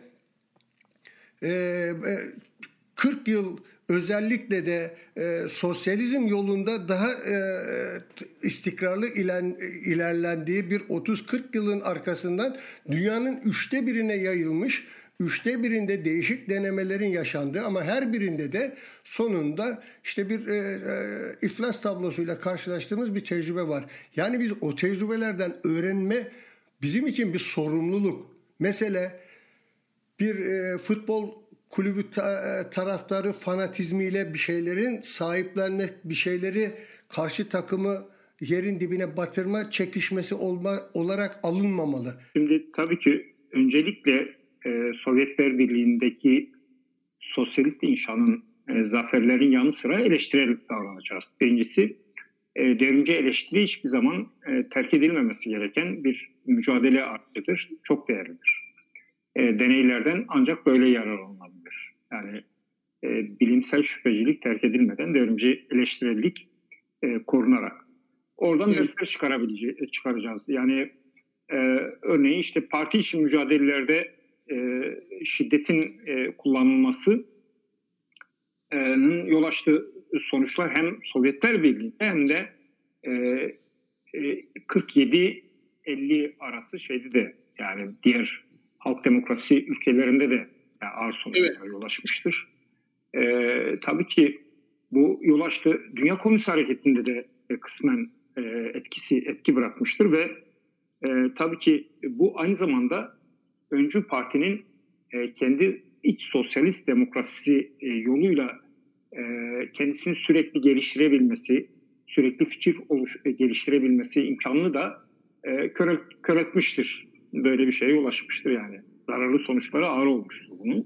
e, kırk yıl özellikle de e, sosyalizm yolunda daha e, istikrarlı ilen, ilerlendiği bir otuz kırk yılın arkasından dünyanın üçte birine yayılmış, üçte birinde değişik denemelerin yaşandığı ama her birinde de sonunda işte bir e, e, iflas tablosuyla karşılaştığımız bir tecrübe var. Yani biz o tecrübelerden öğrenme bizim için bir sorumluluk. Mesela bir e, futbol kulübü ta, taraftarı fanatizmiyle bir şeylerin sahiplenmek, bir şeyleri karşı takımı yerin dibine batırma çekişmesi olma, olarak alınmamalı. Şimdi tabii ki öncelikle e, Sovyetler Birliği'ndeki sosyalist inşanın e, zaferlerin yanı sıra eleştirel davranacağız. Birincisi e, devrimci eleştiri hiçbir zaman e, terk edilmemesi gereken bir mücadele aracıdır. Çok değerlidir. E, deneylerden ancak böyle yararlanılabilir. Yani e, bilimsel şüphecilik terk edilmeden devrimci eleştirellik e, korunarak. Oradan evet. dersler çıkarabileceğiz, çıkaracağız. Yani e, örneğin işte parti içi mücadelelerde e, şiddetin e, kullanılması e, yol açtığı sonuçlar hem Sovyetler Birliği'nde hem de e, e, kırk yedi elli arası şeydi de yani diğer halk demokrasi ülkelerinde de yani ağır sonuçlara evet. yol açmıştır. Ee, tabii ki bu yol açtığı Dünya Komünist Hareketi'nde de e, kısmen e, etkisi etki bırakmıştır ve e, tabii ki bu aynı zamanda öncü partinin e, kendi iç sosyalist demokrasi e, yoluyla e, kendisini sürekli geliştirebilmesi, sürekli fikir oluş, e, geliştirebilmesi imkanını da e, kör, kör etmiştir. Böyle bir şeye ulaşmıştır yani. Zararlı sonuçları ağır olmuştur bunu.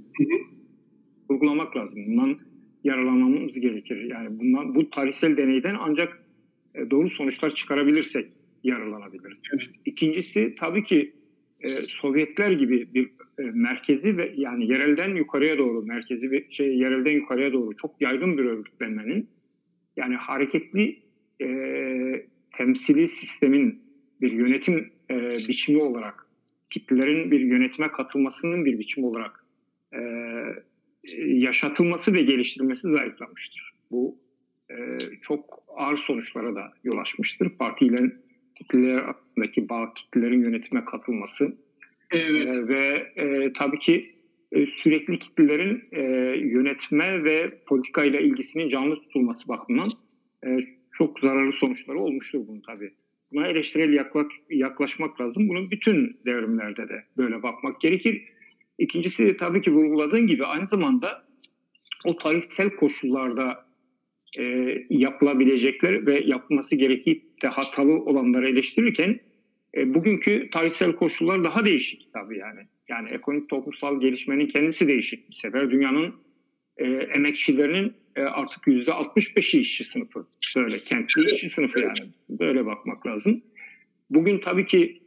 Uygulamak lazım. Bundan yararlanmamız gerekir. Yani bundan, bu tarihsel deneyden ancak e, doğru sonuçlar çıkarabilirsek yararlanabiliriz. Evet. İkincisi tabii ki e, Sovyetler gibi bir e, merkezi ve yani yerelden yukarıya doğru merkezi bir şey yerelden yukarıya doğru çok yaygın bir örgütlenmenin yani hareketli e, temsili sistemin bir yönetim e, biçimi olarak kitlelerin bir yönetime katılmasının bir biçimi olarak e, yaşatılması ve geliştirilmesi zayıflamıştır. Bu e, çok ağır sonuçlara da yol açmıştır. Partiyle kitleler arasındaki bağ, kitlelerin yönetime katılması evet. e, ve e, tabii ki e, sürekli kitlelerin e, yönetme ve politikayla ilgisinin canlı tutulması bakımından e, çok zararlı sonuçları olmuştur bunun tabii. Buna eleştirel yaklaş, yaklaşmak lazım. Bunun bütün devrimlerde de böyle bakmak gerekir. İkincisi tabii ki vurguladığın gibi aynı zamanda o tarihsel koşullarda e, yapılabilecekler ve yapılması gerekip de hatalı olanları eleştirirken e, bugünkü tarihsel koşullar daha değişik tabii yani. Yani ekonomik toplumsal gelişmenin kendisi değişik. Bir sefer dünyanın e, emekçilerinin e, artık yüzde altmış beşi işçi sınıfı. Böyle kentli işçi sınıfı yani. Böyle bakmak lazım. Bugün tabii ki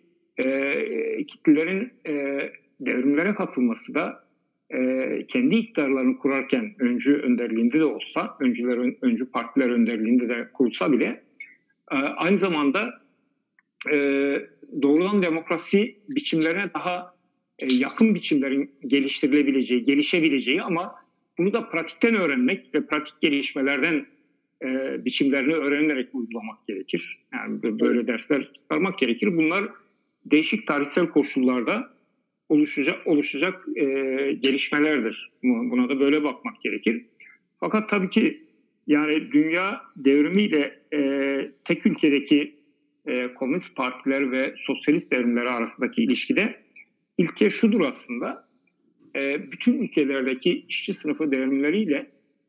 e, kitlelerin e, devrimlere katılması da e, kendi iktidarlarını kurarken öncü önderliğinde de olsa, öncüler, öncü partiler önderliğinde de kurulsa bile e, aynı zamanda e, doğrudan demokrasi biçimlerine daha e, yakın biçimlerin geliştirilebileceği, gelişebileceği ama bunu da pratikten öğrenmek ve pratik gelişmelerden e, biçimlerini öğrenerek uygulamak gerekir. Yani böyle dersler çıkarmak gerekir. Bunlar değişik tarihsel koşullarda oluşacak oluşacak e, gelişmelerdir. Buna da böyle bakmak gerekir. Fakat tabii ki yani dünya devrimiyle e, tek ülkedeki e, komünist partiler ve sosyalist devrimleri arasındaki ilişkide ilke şudur aslında. E, bütün ülkelerdeki işçi sınıfı devrimleriyle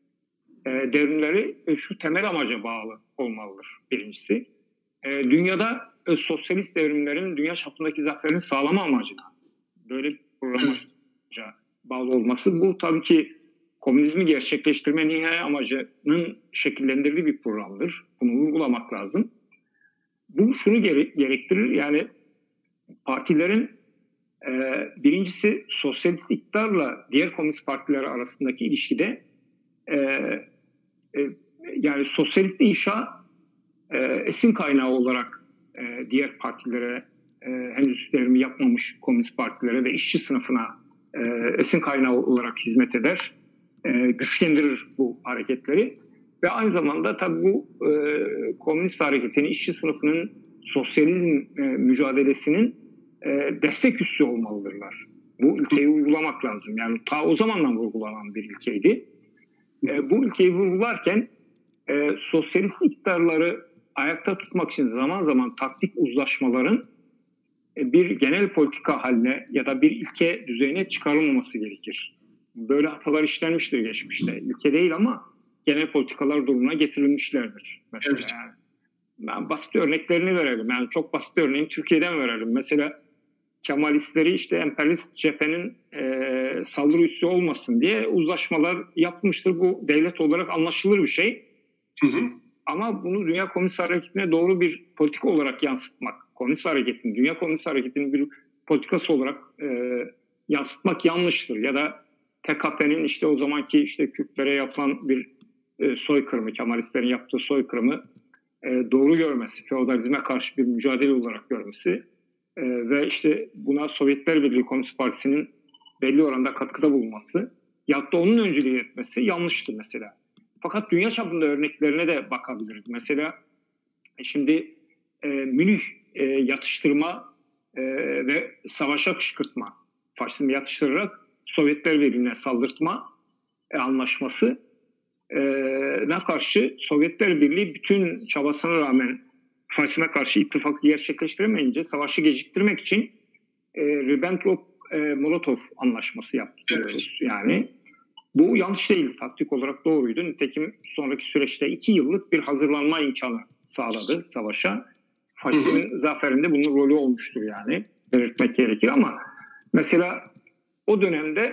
e, devrimleri e, şu temel amaca bağlı olmalıdır birincisi. E, dünyada e, sosyalist devrimlerin dünya çapındaki zaferini sağlama amacına böyle bir programaja bağlı olması. Bu tabii ki komünizmi gerçekleştirme nihai amacının şekillendirdiği bir programdır. Bunu vurgulamak lazım. Bu şunu gerektirir, yani partilerin e, birincisi sosyalist iktidarla diğer komünist partiler arasındaki ilişkide e, e, yani sosyalist inşa e, esin kaynağı olarak e, diğer partilere, e, henüz devrimi yapmamış komünist partilere ve işçi sınıfına e, esin kaynağı olarak hizmet eder, e, güçlendirir bu hareketleri ve aynı zamanda tabii bu e, komünist hareketin, işçi sınıfının sosyalizm e, mücadelesinin e, destek üssü olmalıdırlar. Bu ilkeyi uygulamak lazım. Yani ta o zamandan vurgulanan bir ilkeydi. E, bu ilkeyi vurgularken e, sosyalist iktidarları ayakta tutmak için zaman zaman taktik uzlaşmaların e, bir genel politika haline ya da bir ilke düzeyine çıkarılmaması gerekir. Böyle hatalar işlenmiştir geçmişte. İlke değil ama genel politikalar durumuna getirilmişlerdir. Mesela Evet. yani. Ben basit örneklerini verelim. Yani çok basit örneğin Türkiye'den verelim. Mesela Kemalistleri işte emperyalist cephenin e, saldırı üssü olmasın diye uzlaşmalar yapmıştır. Bu devlet olarak anlaşılır bir şey. Hı hı. Ama bunu Dünya Komünist Hareketi'ne doğru bir politika olarak yansıtmak, Komünist Hareketi'nin, Dünya Komünist Hareketi'nin bir politikası olarak e, yansıtmak yanlıştır. Ya da T K P'nin işte o zamanki işte Kürtlere yapılan bir e, soykırımı, Kemalistlerin yaptığı soykırımı e, doğru görmesi, feodalizme karşı bir mücadele olarak görmesi e, ve işte buna Sovyetler Birliği Komünist Partisi'nin belli oranda katkıda bulunması, ya da onun öncülüğü etmesi yanlıştır mesela. Fakat dünya çapında örneklerine de bakabiliriz. Mesela şimdi e, Münih e, yatıştırma e, ve savaşa kışkırtma, faşizmi yatıştırarak Sovyetler Birliği'ne saldırtma e, anlaşması e, ne karşı Sovyetler Birliği bütün çabasına rağmen faşizme karşı ittifakı gerçekleştiremeyince savaşı geciktirmek için e, Ribbentrop-Molotov anlaşması yaptı diyoruz. Yani bu yanlış değil, taktik olarak doğruydu. Nitekim sonraki süreçte iki yıllık bir hazırlanma imkanı sağladı savaşa. Faşizmin zaferinde bunun rolü olmuştur yani. Belirtmek gerekir ama mesela o dönemde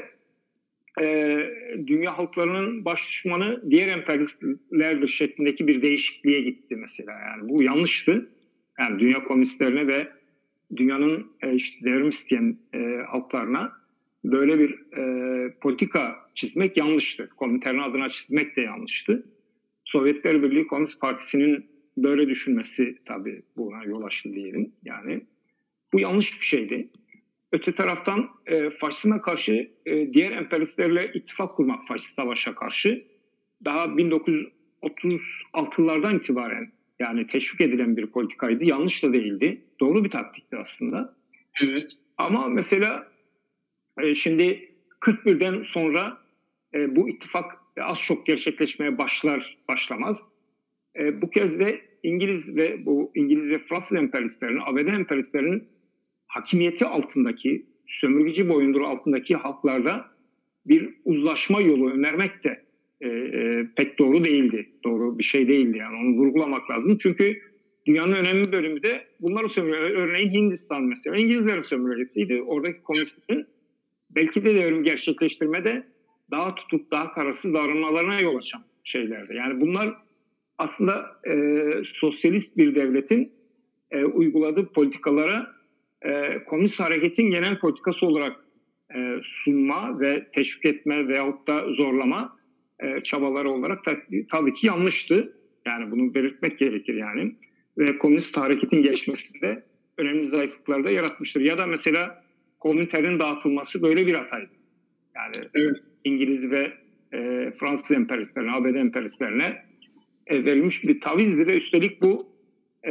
e, dünya halklarının baş düşmanı diğer emperyalistlerdir şeklindeki bir değişikliğe gitti mesela. Yani bu yanlıştı. Yani dünya komünistlerine ve dünyanın e, işte devrim isteyen e, halklarına böyle bir e, politika çizmek yanlıştı. Komintern adına çizmek de yanlıştı. Sovyetler Birliği Komünist Partisi'nin böyle düşünmesi tabii buna yol açtı diyelim. Yani bu yanlış bir şeydi. Öte taraftan e, faşizme karşı e, diğer emperyalistlerle ittifak kurmak, faşist savaşa karşı daha bin dokuz yüz otuz altılardan itibaren yani teşvik edilen bir politikaydı. Yanlış da değildi. Doğru bir taktikti aslında. Evet. Ama mesela e, şimdi kırk birden sonra e, bu ittifak az çok gerçekleşmeye başlar başlamaz. E, bu kez de İngiliz ve bu İngiliz ve Fransız emperyalistlerinin, A B D emperyalistlerinin hakimiyeti altındaki, sömürgeci boyunduruğu altındaki halklarda bir uzlaşma yolu önermek de e, e, pek doğru değildi. Doğru bir şey değildi yani onu vurgulamak lazım. Çünkü dünyanın önemli bölümü de bunları sömürüyor. Örneğin Hindistan mesela İngilizlerin sömürgesiydi. Oradaki komünistlerin belki de devrim gerçekleştirmede daha tutuk, daha kararsız davranmalarına yol açan şeylerdi. Yani bunlar aslında e, sosyalist bir devletin e, uyguladığı politikalara e, komünist hareketin genel politikası olarak e, sunma ve teşvik etme veyahut da zorlama e, çabaları olarak da, tabii ki yanlıştı. Yani bunu belirtmek gerekir yani. Ve komünist hareketin gelişmesinde önemli zayıflıklar da yaratmıştır. Ya da mesela Komintern'in dağıtılması böyle bir hataydı. Yani Evet. İngiliz ve e, Fransız emperyalistlerine, A B D emperyalistlerine e, verilmiş bir tavizdi ve üstelik bu e,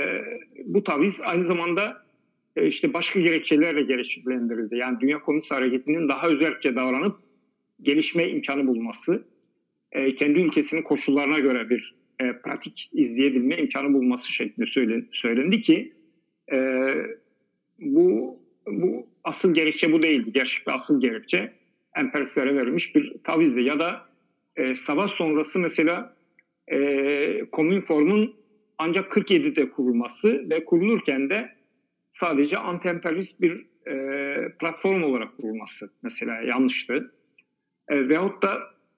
bu taviz aynı zamanda e, işte başka gerekçelerle gerekçelendirildi. Yani Dünya Komünist Hareketi'nin daha özerkçe davranıp gelişme imkanı bulması, e, kendi ülkesinin koşullarına göre bir e, pratik izleyebilme imkanı bulması şeklinde söylen, söylendi ki e, bu bu asıl gerekçe bu değildi. Gerçekten asıl gerekçe emperyalistlere verilmiş bir tavizdi. Ya da e, savaş sonrası mesela e, Komünform'un ancak kırk yedide kurulması ve kurulurken de sadece anti-emperyalist bir e, platform olarak kurulması mesela yanlıştı. E, veyahut da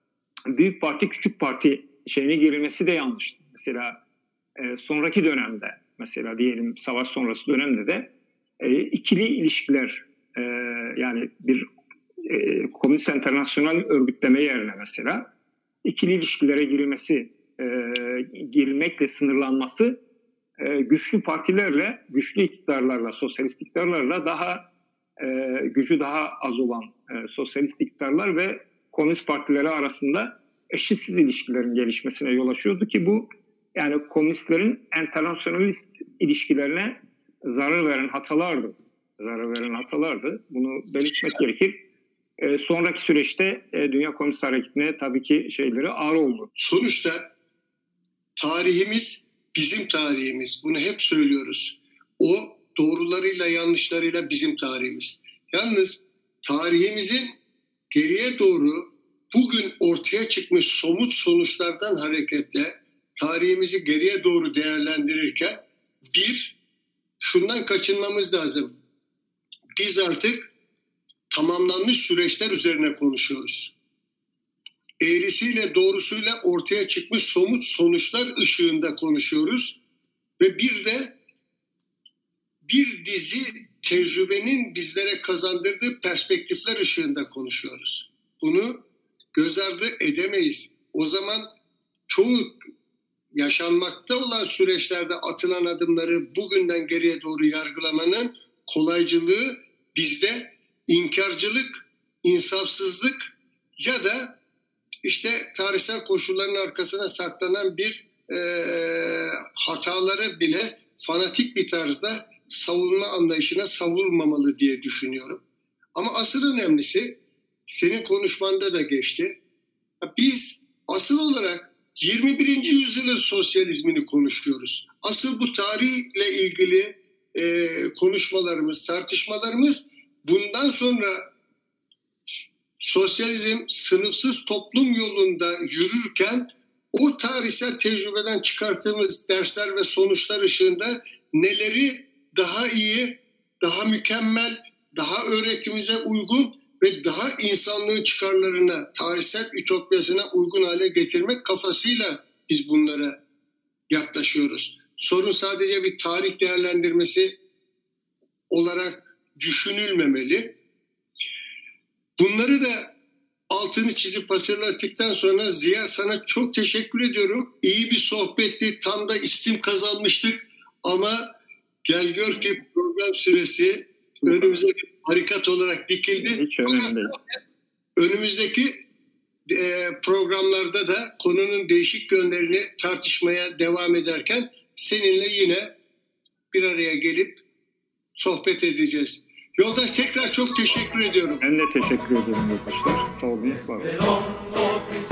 büyük parti küçük parti şeyine girilmesi de yanlıştı. Mesela e, sonraki dönemde, mesela diyelim savaş sonrası dönemde de e, ikili ilişkiler, e, yani bir e, Komünist Enternasyonel örgütleme yerine mesela ikili ilişkilere girilmesi, e, girilmekle sınırlanması e, güçlü partilerle, güçlü iktidarlarla, sosyalist iktidarlarla daha e, gücü daha az olan e, sosyalist iktidarlar ve komünist partileri arasında eşitsiz ilişkilerin gelişmesine yol açıyordu ki bu, yani komünistlerin internasyonalist ilişkilerine zarar veren hatalardı. Zarar veren hatalardı. Bunu belirtmek gerekir. E, sonraki süreçte e, Dünya Komünist Hareketi'ne tabii ki şeyleri ağır oldu. Sonuçta tarihimiz bizim tarihimiz. Bunu hep söylüyoruz. O doğrularıyla yanlışlarıyla bizim tarihimiz. Yalnız tarihimizin geriye doğru bugün ortaya çıkmış somut sonuçlardan hareketle tarihimizi geriye doğru değerlendirirken bir, şundan kaçınmamız lazım. Biz artık tamamlanmış süreçler üzerine konuşuyoruz. Eğrisiyle doğrusuyla ortaya çıkmış somut sonuçlar ışığında konuşuyoruz. Ve bir de bir dizi tecrübenin bizlere kazandırdığı perspektifler ışığında konuşuyoruz. Bunu göz ardı edemeyiz. O zaman çoğu yaşanmakta olan süreçlerde atılan adımları bugünden geriye doğru yargılamanın kolaycılığı bizde inkarcılık, insafsızlık ya da işte tarihsel koşulların arkasına saklanan bir e, hataları bile fanatik bir tarzda savunma anlayışına savurmamalı diye düşünüyorum. Ama asıl önemlisi, senin konuşmanda da geçti. Biz asıl olarak yirmi birinci yüzyılın sosyalizmini konuşuyoruz. Asıl bu tarihle ilgili e, konuşmalarımız, tartışmalarımız bundan sonra sosyalizm sınıfsız toplum yolunda yürürken o tarihsel tecrübeden çıkarttığımız dersler ve sonuçlar ışığında neleri daha iyi, daha mükemmel, daha öğretimize uygun ve daha insanlığın çıkarlarına, tarihsel ütopyasına uygun hale getirmek kafasıyla biz bunlara yaklaşıyoruz. Sorun sadece bir tarih değerlendirmesi olarak düşünülmemeli. Bunları da altını çizip hatırlattıktan sonra Ziya, sana çok teşekkür ediyorum. İyi bir sohbetti, tam da istim kazanmıştık ama gel gör ki program süresi önümüze bir barikat olarak dikildi. Hiç önemli değil. Önümüzdeki e, programlarda da konunun değişik yönlerini tartışmaya devam ederken seninle yine bir araya gelip sohbet edeceğiz. Yoldaş, tekrar çok teşekkür ediyorum. Ben de teşekkür ediyorum yoldaşlar. Sağ olun. Var olun.